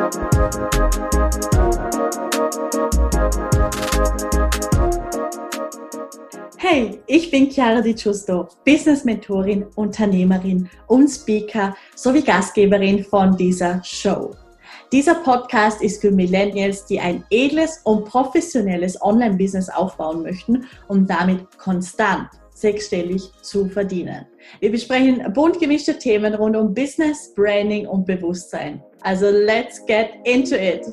Hey, ich bin Chiara Di Giusto, Business-Mentorin, Unternehmerin und Speaker sowie Gastgeberin von dieser Show. Dieser Podcast ist für Millennials, die ein edles und professionelles Online-Business aufbauen möchten, um damit konstant sechsstellig zu verdienen. Wir besprechen bunt gemischte Themen rund um Business, Branding und Bewusstsein. Also let's get into it!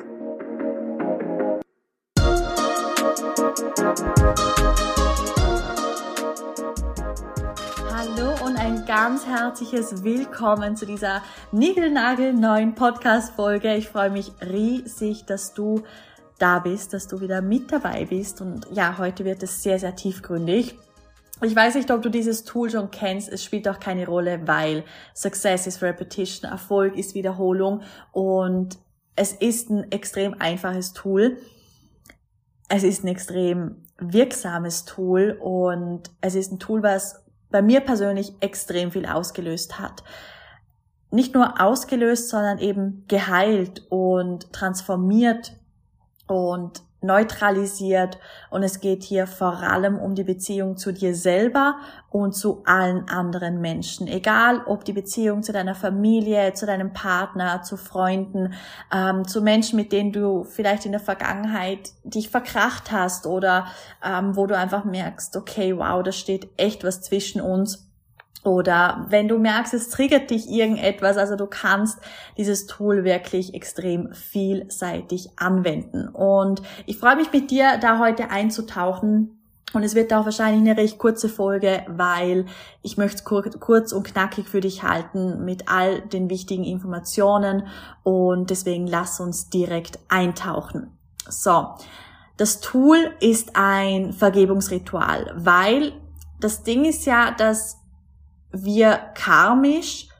Hallo und ein ganz herzliches Willkommen zu dieser niegelnagelneuen Podcast-Folge. Ich freue mich riesig, dass du da bist, dass du wieder mit dabei bist. Und ja, heute wird es sehr, sehr tiefgründig. Ich weiß nicht, ob du dieses Tool schon kennst. Es spielt auch keine Rolle, weil Success is Repetition, Erfolg ist Wiederholung und es ist ein extrem einfaches Tool. Es ist ein extrem wirksames Tool und es ist ein Tool, was bei mir persönlich extrem viel ausgelöst hat. Nicht nur ausgelöst, sondern eben geheilt und transformiert und neutralisiert. Und es geht hier vor allem um die Beziehung zu dir selber und zu allen anderen Menschen. Egal, ob die Beziehung zu deiner Familie, zu deinem Partner, zu Freunden, zu Menschen, mit denen du vielleicht in der Vergangenheit dich verkracht hast oder wo du einfach merkst, okay, wow, da steht echt was zwischen uns. Oder wenn du merkst, es triggert dich irgendetwas, also du kannst dieses Tool wirklich extrem vielseitig anwenden. Und ich freue mich mit dir, da heute einzutauchen. Und es wird auch wahrscheinlich eine recht kurze Folge, weil ich möchte es kurz und knackig für dich halten mit all den wichtigen Informationen. Und deswegen lass uns direkt eintauchen. So, das Tool ist ein Vergebungsritual, weil das Ding ist ja, dass wir karmisch,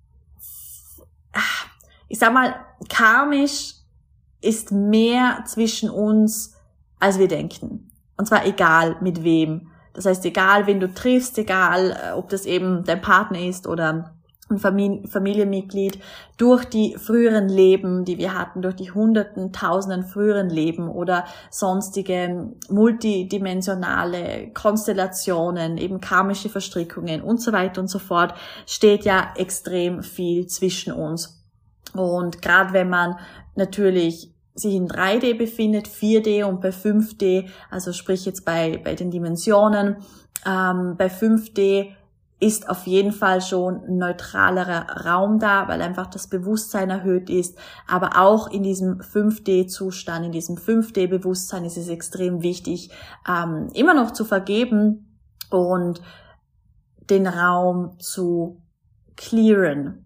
karmisch ist mehr zwischen uns, als wir denken. Und zwar egal mit wem. Das heißt, egal wen du triffst, egal ob das eben dein Partner ist oder ein Familienmitglied, durch die früheren Leben, die wir hatten, durch die hunderten, tausenden früheren Leben oder sonstige multidimensionale Konstellationen, eben karmische Verstrickungen und so weiter und so fort, steht ja extrem viel zwischen uns. Und gerade wenn man natürlich sich in 3D befindet, 4D und bei 5D, also sprich jetzt bei den Dimensionen, bei 5D ist auf jeden Fall schon ein neutralerer Raum da, weil einfach das Bewusstsein erhöht ist. Aber auch in diesem 5D-Zustand, in diesem 5D-Bewusstsein ist es extrem wichtig, immer noch zu vergeben und den Raum zu clearen.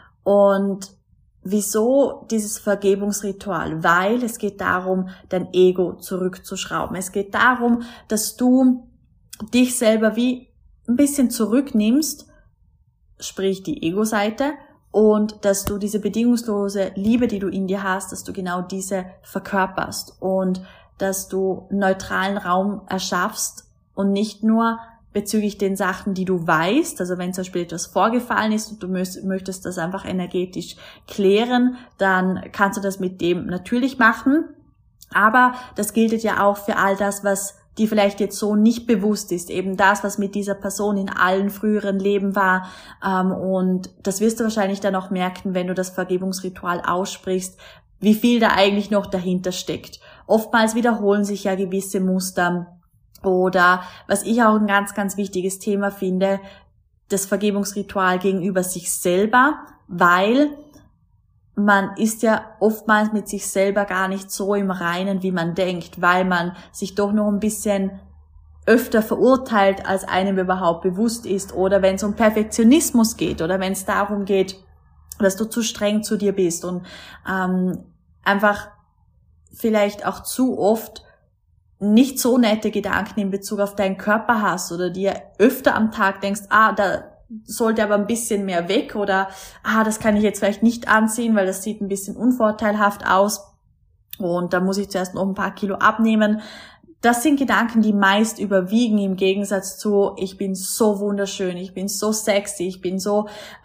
Und wieso dieses Vergebungsritual? Weil es geht darum, dein Ego zurückzuschrauben. Es geht darum, dass du dich selber wie ein bisschen zurücknimmst, sprich die Ego-Seite, und dass du diese bedingungslose Liebe, die du in dir hast, dass du genau diese verkörperst und dass du einen neutralen Raum erschaffst und nicht nur bezüglich den Sachen, die du weißt, also wenn zum Beispiel etwas vorgefallen ist und du möchtest das einfach energetisch klären, dann kannst du das mit dem natürlich machen, aber das gilt ja auch für all das, was die vielleicht jetzt so nicht bewusst ist, eben das, was mit dieser Person in allen früheren Leben war, und das wirst du wahrscheinlich dann auch merken, wenn du das Vergebungsritual aussprichst, wie viel da eigentlich noch dahinter steckt. Oftmals wiederholen sich ja gewisse Muster oder, was ich auch ein ganz, ganz wichtiges Thema finde, das Vergebungsritual gegenüber sich selber, weil man ist ja oftmals mit sich selber gar nicht so im Reinen, wie man denkt, weil man sich doch noch ein bisschen öfter verurteilt, als einem überhaupt bewusst ist. Oder wenn es um Perfektionismus geht oder wenn es darum geht, dass du zu streng zu dir bist und einfach vielleicht auch zu oft nicht so nette Gedanken in Bezug auf deinen Körper hast oder dir öfter am Tag denkst, da sollte aber ein bisschen mehr weg oder das kann ich jetzt vielleicht nicht anziehen, weil das sieht ein bisschen unvorteilhaft aus und da muss ich zuerst noch ein paar Kilo abnehmen. das sind Gedanken, die meist überwiegen im Gegensatz zu, ich bin so wunderschön, ich bin so sexy, ich bin so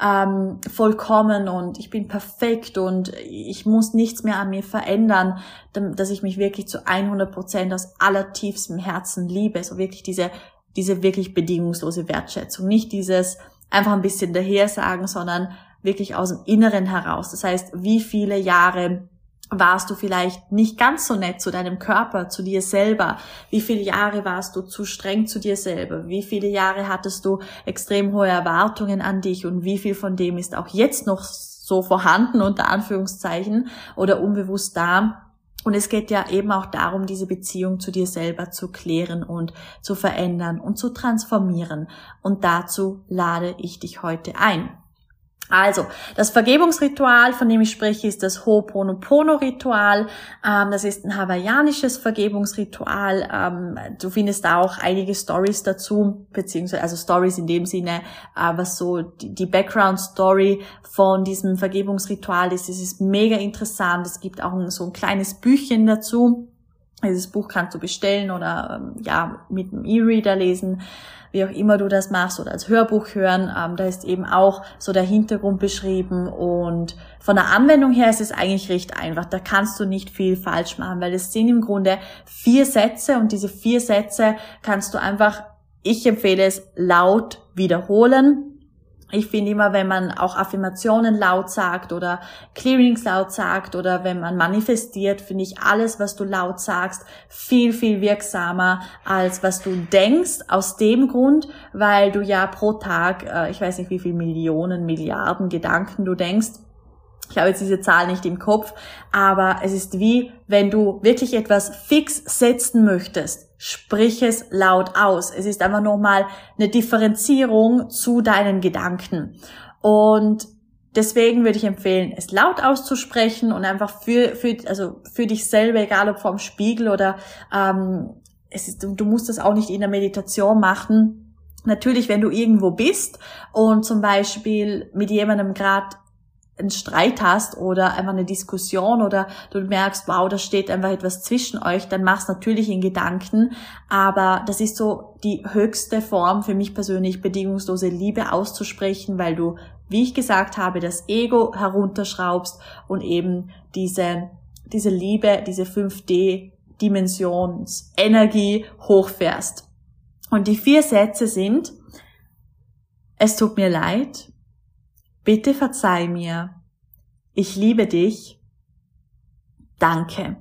vollkommen und ich bin perfekt und ich muss nichts mehr an mir verändern, dass ich mich wirklich zu 100% aus allertiefstem Herzen liebe. So wirklich diese wirklich bedingungslose Wertschätzung. Nicht dieses einfach ein bisschen daher sagen, sondern wirklich aus dem Inneren heraus. Das heißt, wie viele Jahre warst du vielleicht nicht ganz so nett zu deinem Körper, zu dir selber? Wie viele Jahre warst du zu streng zu dir selber? Wie viele Jahre hattest du extrem hohe Erwartungen an dich? Und wie viel von dem ist auch jetzt noch so vorhanden, unter Anführungszeichen, oder unbewusst da? Und es geht ja eben auch darum, diese Beziehung zu dir selber zu klären und zu verändern und zu transformieren. Und dazu lade ich dich heute ein. Also, das Vergebungsritual, von dem ich spreche, ist das Ho'oponopono-Ritual. Das ist ein hawaiianisches Vergebungsritual. Du findest da auch einige Stories dazu, beziehungsweise also Stories in dem Sinne, was so die Background-Story von diesem Vergebungsritual ist. Es ist mega interessant. Es gibt auch so ein kleines Büchchen dazu. Dieses Buch kannst du bestellen oder mit einem E-Reader lesen, wie auch immer du das machst, oder als Hörbuch hören. Da ist eben auch so der Hintergrund beschrieben, und von der Anwendung her ist es eigentlich recht einfach. Da kannst du nicht viel falsch machen, weil es sind im Grunde 4 Sätze, und diese 4 Sätze kannst du einfach, ich empfehle es, laut wiederholen. Ich finde immer, wenn man auch Affirmationen laut sagt oder Clearings laut sagt oder wenn man manifestiert, finde ich alles, was du laut sagst, viel, viel wirksamer, als was du denkst. Aus dem Grund, weil du ja pro Tag, ich weiß nicht, wie viel Millionen, Milliarden Gedanken du denkst. Ich habe jetzt diese Zahl nicht im Kopf, aber es ist wie, wenn du wirklich etwas fix setzen möchtest, sprich es laut aus. Es ist einfach nochmal eine Differenzierung zu deinen Gedanken. Und deswegen würde ich empfehlen, es laut auszusprechen und einfach für dich selber, egal ob vorm Spiegel oder du musst das auch nicht in der Meditation machen. Natürlich, wenn du irgendwo bist und zum Beispiel mit jemandem gerade einen Streit hast oder einfach eine Diskussion oder du merkst, wow, da steht einfach etwas zwischen euch, dann mach's natürlich in Gedanken, aber das ist so die höchste Form für mich persönlich, bedingungslose Liebe auszusprechen, weil du, wie ich gesagt habe, das Ego herunterschraubst und eben diese Liebe, diese 5D-Dimensions-Energie hochfährst. Und die 4 Sätze sind: Es tut mir leid, bitte verzeih mir, ich liebe dich, danke.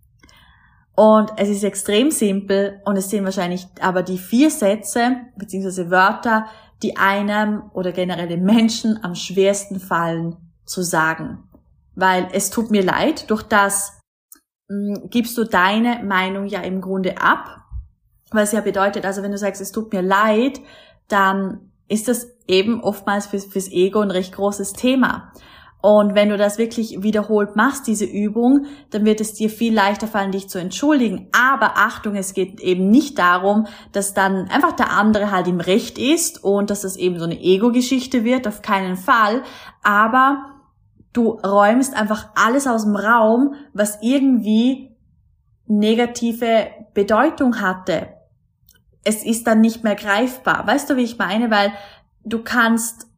Und es ist extrem simpel, und es sind wahrscheinlich aber die 4 Sätze bzw. Wörter, die einem oder generell den Menschen am schwersten fallen zu sagen. Weil es tut mir leid, durch das gibst du deine Meinung ja im Grunde ab, was ja bedeutet, also wenn du sagst, es tut mir leid, dann ist das eben oftmals fürs Ego ein recht großes Thema. Und wenn du das wirklich wiederholt machst, diese Übung, dann wird es dir viel leichter fallen, dich zu entschuldigen. Aber Achtung, es geht eben nicht darum, dass dann einfach der andere halt im Recht ist und dass das eben so eine Ego-Geschichte wird, auf keinen Fall. Aber du räumst einfach alles aus dem Raum, was irgendwie negative Bedeutung hatte. Es ist dann nicht mehr greifbar. Weißt du, wie ich meine? Weil du kannst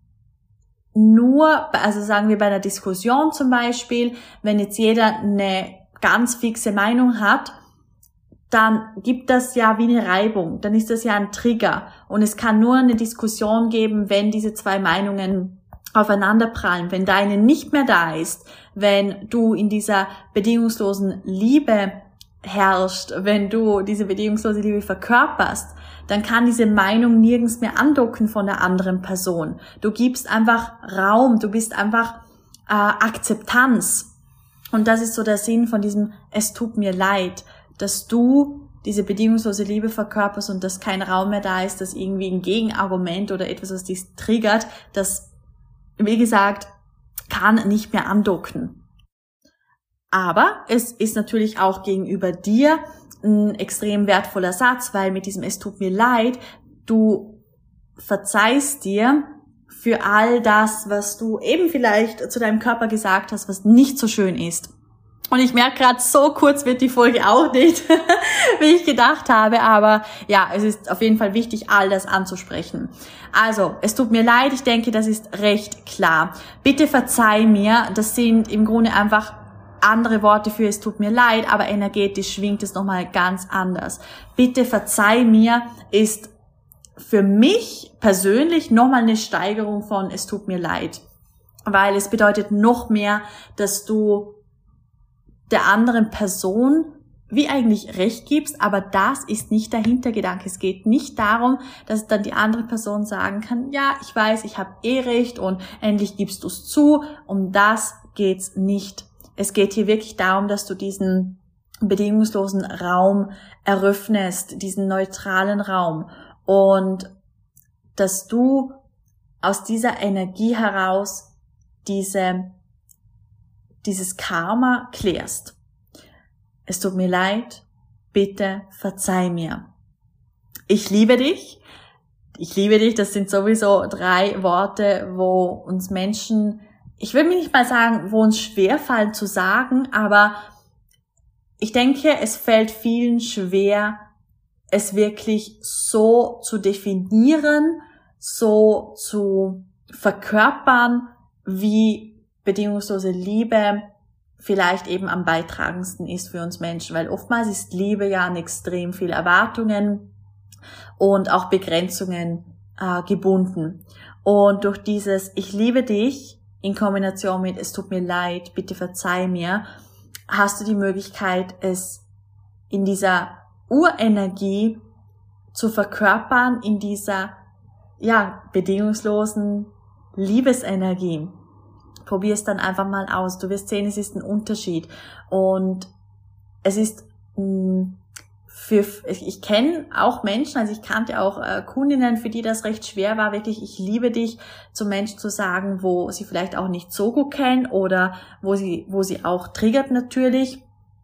nur, also sagen wir bei einer Diskussion zum Beispiel, wenn jetzt jeder eine ganz fixe Meinung hat, dann gibt das ja wie eine Reibung. Dann ist das ja ein Trigger. Und es kann nur eine Diskussion geben, wenn diese 2 Meinungen aufeinanderprallen, wenn deine nicht mehr da ist, wenn du in dieser bedingungslosen Liebe herrscht, wenn du diese bedingungslose Liebe verkörperst, dann kann diese Meinung nirgends mehr andocken von der anderen Person. Du gibst einfach Raum, du bist einfach Akzeptanz. Und das ist so der Sinn von diesem Es tut mir leid, dass du diese bedingungslose Liebe verkörperst und dass kein Raum mehr da ist, dass irgendwie ein Gegenargument oder etwas, was dich triggert, das, wie gesagt, kann nicht mehr andocken. Aber es ist natürlich auch gegenüber dir ein extrem wertvoller Satz, weil mit diesem Es tut mir leid, du verzeihst dir für all das, was du eben vielleicht zu deinem Körper gesagt hast, was nicht so schön ist. Und ich merke gerade, so kurz wird die Folge auch nicht, wie ich gedacht habe. Aber ja, es ist auf jeden Fall wichtig, all das anzusprechen. Also, es tut mir leid, ich denke, das ist recht klar. Bitte verzeih mir, das sind im Grunde einfach andere Worte für es tut mir leid, aber energetisch schwingt es nochmal ganz anders. Bitte verzeih mir ist für mich persönlich nochmal eine Steigerung von es tut mir leid. Weil es bedeutet noch mehr, dass du der anderen Person wie eigentlich recht gibst, aber das ist nicht der Hintergedanke. Es geht nicht darum, dass dann die andere Person sagen kann, ja, ich weiß, ich habe recht und endlich gibst du es zu. Um das geht's nicht. Es geht hier wirklich darum, dass du diesen bedingungslosen Raum eröffnest, diesen neutralen Raum und dass du aus dieser Energie heraus dieses Karma klärst. Es tut mir leid, bitte verzeih mir. Ich liebe dich. Ich liebe dich, das sind sowieso 3 Worte, wo uns Menschen, ich will nicht mal sagen, wo uns schwerfallen zu sagen, aber ich denke, es fällt vielen schwer, es wirklich so zu definieren, so zu verkörpern, wie bedingungslose Liebe vielleicht eben am beitragendsten ist für uns Menschen, weil oftmals ist Liebe ja an extrem viele Erwartungen und auch Begrenzungen gebunden. Und durch dieses Ich liebe dich in Kombination mit Es tut mir leid, bitte verzeih mir, hast du die Möglichkeit, es in dieser Urenergie zu verkörpern, in dieser bedingungslosen Liebesenergie. Probier es dann einfach mal aus. Du wirst sehen, es ist ein Unterschied. Und es ist ich kenne auch Menschen, also ich kannte auch Kundinnen, für die das recht schwer war, wirklich ich liebe dich zu Menschen zu sagen, wo sie vielleicht auch nicht so gut kennen oder wo sie auch triggert natürlich.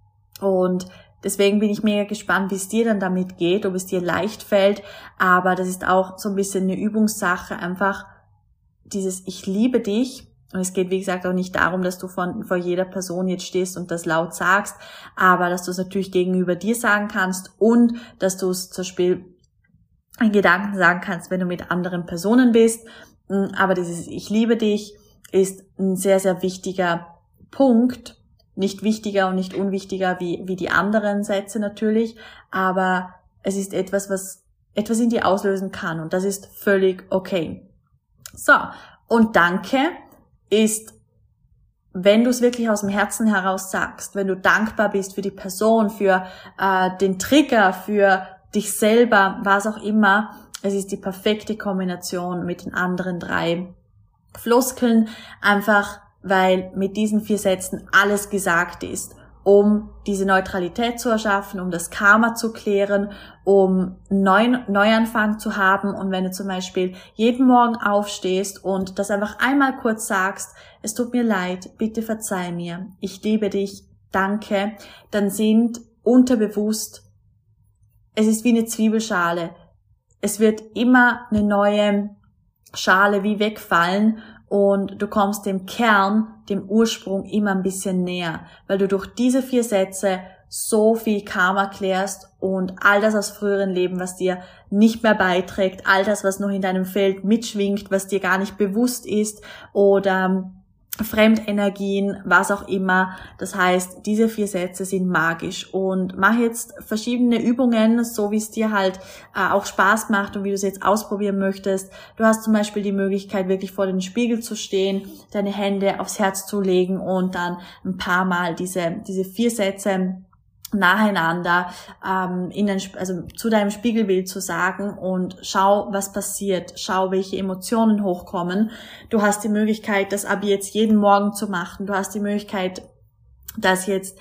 Und deswegen bin ich mega gespannt, wie es dir dann damit geht, ob es dir leicht fällt. Aber das ist auch so ein bisschen eine Übungssache, einfach dieses Ich liebe dich. Und es geht, wie gesagt, auch nicht darum, dass du vor jeder Person jetzt stehst und das laut sagst, aber dass du es natürlich gegenüber dir sagen kannst und dass du es zum Beispiel in Gedanken sagen kannst, wenn du mit anderen Personen bist. Aber dieses Ich liebe dich ist ein sehr, sehr wichtiger Punkt. Nicht wichtiger und nicht unwichtiger wie die anderen Sätze natürlich, aber es ist etwas, was etwas in dir auslösen kann und das ist völlig okay. So, und Danke ist, wenn du es wirklich aus dem Herzen heraus sagst, wenn du dankbar bist für die Person, für den Trigger, für dich selber, was auch immer, es ist die perfekte Kombination mit den anderen 3 Floskeln, einfach weil mit diesen 4 Sätzen alles gesagt ist, um diese Neutralität zu erschaffen, um das Karma zu klären, um einen Neuanfang zu haben. Und wenn du zum Beispiel jeden Morgen aufstehst und das einfach einmal kurz sagst, es tut mir leid, bitte verzeih mir, ich liebe dich, danke, dann sind unterbewusst, es ist wie eine Zwiebelschale. Es wird immer eine neue Schale wie wegfallen und du kommst dem Kern, dem Ursprung immer ein bisschen näher, weil du durch diese 4 Sätze so viel Karma klärst und all das aus früheren Leben, was dir nicht mehr beiträgt, all das, was noch in deinem Feld mitschwingt, was dir gar nicht bewusst ist oder Fremdenergien, was auch immer. Das heißt, diese 4 Sätze sind magisch und mach jetzt verschiedene Übungen, so wie es dir halt auch Spaß macht und wie du es jetzt ausprobieren möchtest. Du hast zum Beispiel die Möglichkeit, wirklich vor dem Spiegel zu stehen, deine Hände aufs Herz zu legen und dann ein paar Mal diese 4 Sätze nacheinander zu deinem Spiegelbild zu sagen und schau, was passiert, schau, welche Emotionen hochkommen. Du hast die Möglichkeit, das ab jetzt jeden Morgen zu machen. Du hast die Möglichkeit, das jetzt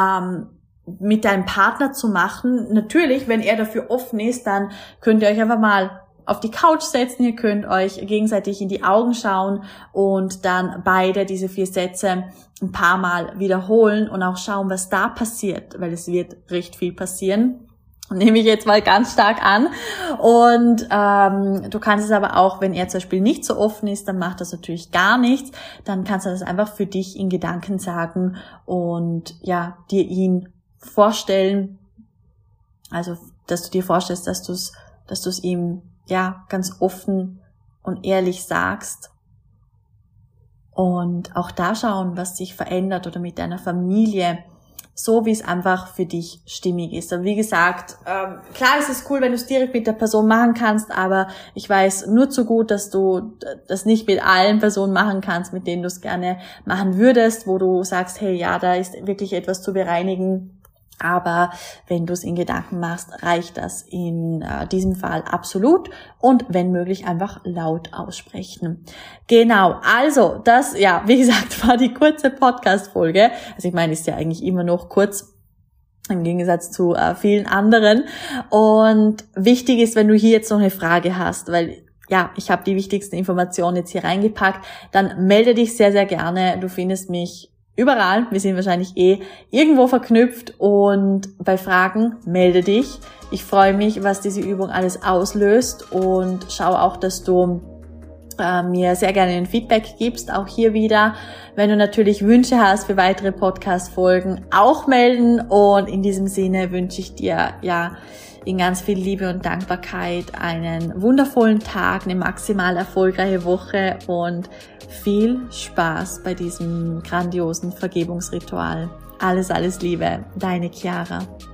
mit deinem Partner zu machen. Natürlich, wenn er dafür offen ist, dann könnt ihr euch einfach mal auf die Couch setzen, ihr könnt euch gegenseitig in die Augen schauen und dann beide diese 4 Sätze ein paar Mal wiederholen und auch schauen, was da passiert, weil es wird recht viel passieren. Nehme ich jetzt mal ganz stark an. Und du kannst es aber auch, wenn er zum Beispiel nicht so offen ist, dann macht das natürlich gar nichts. Dann kannst du das einfach für dich in Gedanken sagen und ja, dir ihn vorstellen. Also, dass du dir vorstellst, dass du es ihm ja ganz offen und ehrlich sagst. Und auch da schauen, was sich verändert oder mit deiner Familie, so wie es einfach für dich stimmig ist. Aber wie gesagt, klar ist es cool, wenn du es direkt mit der Person machen kannst, aber ich weiß nur zu gut, dass du das nicht mit allen Personen machen kannst, mit denen du es gerne machen würdest, wo du sagst, hey, ja, da ist wirklich etwas zu bereinigen. Aber wenn du es in Gedanken machst, reicht das in diesem Fall absolut und wenn möglich einfach laut aussprechen. Genau, also das, ja, wie gesagt, war die kurze Podcast-Folge. Also ich meine, ist ja eigentlich immer noch kurz im Gegensatz zu vielen anderen. Und wichtig ist, wenn du hier jetzt noch eine Frage hast, weil ja, ich habe die wichtigsten Informationen jetzt hier reingepackt, dann melde dich sehr, sehr gerne. Du findest mich überall, wir sind wahrscheinlich irgendwo verknüpft und bei Fragen melde dich. Ich freue mich, was diese Übung alles auslöst und schau auch, dass du mir sehr gerne ein Feedback gibst, auch hier wieder. Wenn du natürlich Wünsche hast für weitere Podcast-Folgen, auch melden und in diesem Sinne wünsche ich dir ja in ganz viel Liebe und Dankbarkeit einen wundervollen Tag, eine maximal erfolgreiche Woche und viel Spaß bei diesem grandiosen Vergebungsritual. Alles, alles Liebe, deine Chiara.